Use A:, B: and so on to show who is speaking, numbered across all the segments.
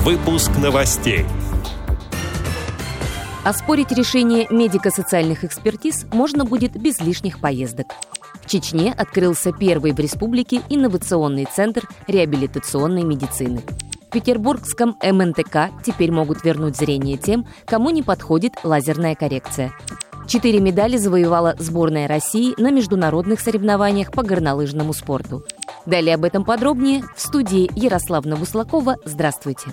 A: Выпуск новостей.
B: Оспорить решение медико-социальных экспертиз можно будет без лишних поездок. В Чечне открылся первый в республике инновационный центр реабилитационной медицины. В петербургском МНТК теперь могут вернуть зрение тем, кому не подходит лазерная коррекция. 4 медали завоевала сборная России на международных соревнованиях по горнолыжному спорту. Далее об этом подробнее в студии Ярославна Буслакова. Здравствуйте.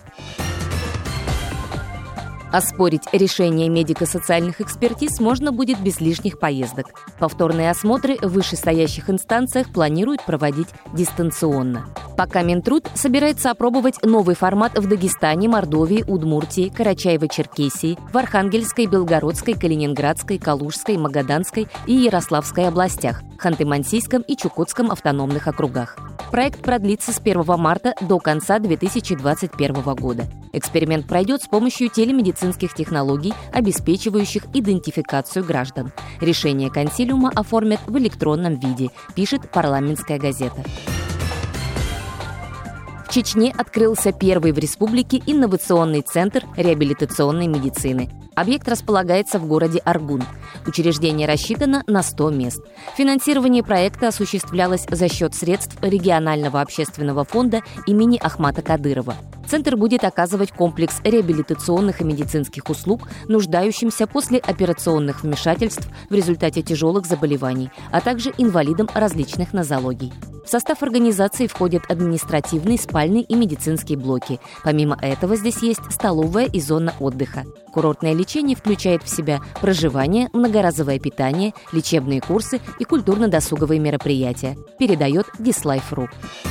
B: Оспорить решение медико-социальных экспертиз можно будет без лишних поездок. Повторные осмотры в вышестоящих инстанциях планируют проводить дистанционно. Пока Минтруд собирается опробовать новый формат в Дагестане, Мордовии, Удмуртии, Карачаево-Черкесии, в Архангельской, Белгородской, Калининградской, Калужской, Магаданской и Ярославской областях, Ханты-Мансийском и Чукотском автономных округах. Проект продлится с 1 марта до конца 2021 года. Эксперимент пройдет с помощью телемедицинских технологий, обеспечивающих идентификацию граждан. Решение консилиума оформят в электронном виде, пишет «Парламентская газета». В Чечне открылся первый в республике инновационный центр реабилитационной медицины. Объект располагается в городе Аргун. Учреждение рассчитано на 100 мест. Финансирование проекта осуществлялось за счет средств регионального общественного фонда имени Ахмата Кадырова. Центр будет оказывать комплекс реабилитационных и медицинских услуг нуждающимся после операционных вмешательств в результате тяжелых заболеваний, а также инвалидам различных нозологий. В состав организации входят административный, спальный и медицинские блоки. Помимо этого здесь есть столовая и зона отдыха. Курортное лечение включает в себя проживание, многоразовое питание, лечебные курсы и культурно-досуговые мероприятия, передает Dislife.ru.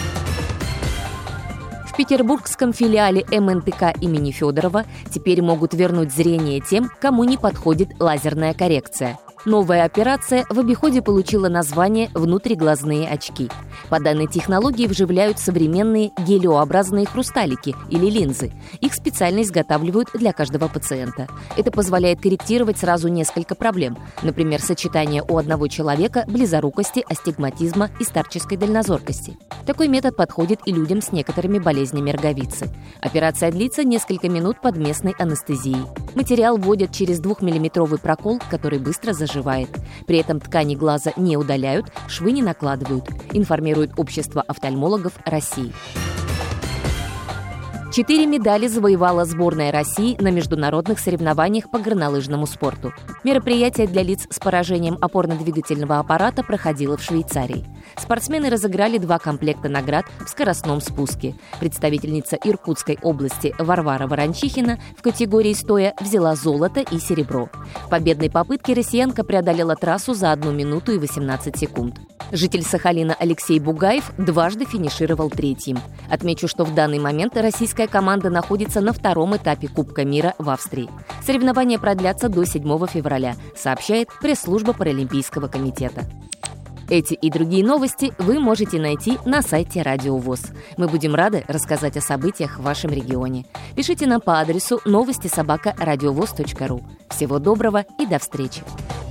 B: В петербургском филиале МНТК имени Федорова теперь могут вернуть зрение тем, кому не подходит лазерная коррекция. Новая операция в обиходе получила название «внутриглазные очки». По данной технологии вживляют современные гелиообразные хрусталики или линзы. Их специально изготавливают для каждого пациента. Это позволяет корректировать сразу несколько проблем. Например, сочетание у одного человека близорукости, астигматизма и старческой дальнозоркости. Такой метод подходит и людям с некоторыми болезнями роговицы. Операция длится несколько минут под местной анестезией. Материал вводят через 2-миллиметровый прокол, который быстро заживает. При этом ткани глаза не удаляют, швы не накладывают, информирует Общество офтальмологов России. 4 медали завоевала сборная России на международных соревнованиях по горнолыжному спорту. Мероприятие для лиц с поражением опорно-двигательного аппарата проходило в Швейцарии. Спортсмены разыграли 2 комплекта наград в скоростном спуске. Представительница Иркутской области Варвара Ворончихина в категории стоя взяла золото и серебро. В победной попытке россиянка преодолела трассу за 1 минуту и 18 секунд. Житель Сахалина Алексей Бугаев дважды финишировал 3-м. Отмечу, что в данный момент российская команда находится на 2-м этапе Кубка мира в Австрии. Соревнования продлятся до 7 февраля, сообщает пресс-служба Паралимпийского комитета. Эти и другие новости вы можете найти на сайте Радио ВОС. Мы будем рады рассказать о событиях в вашем регионе. Пишите нам по адресу новости@радиовос.ру. Всего доброго и до встречи!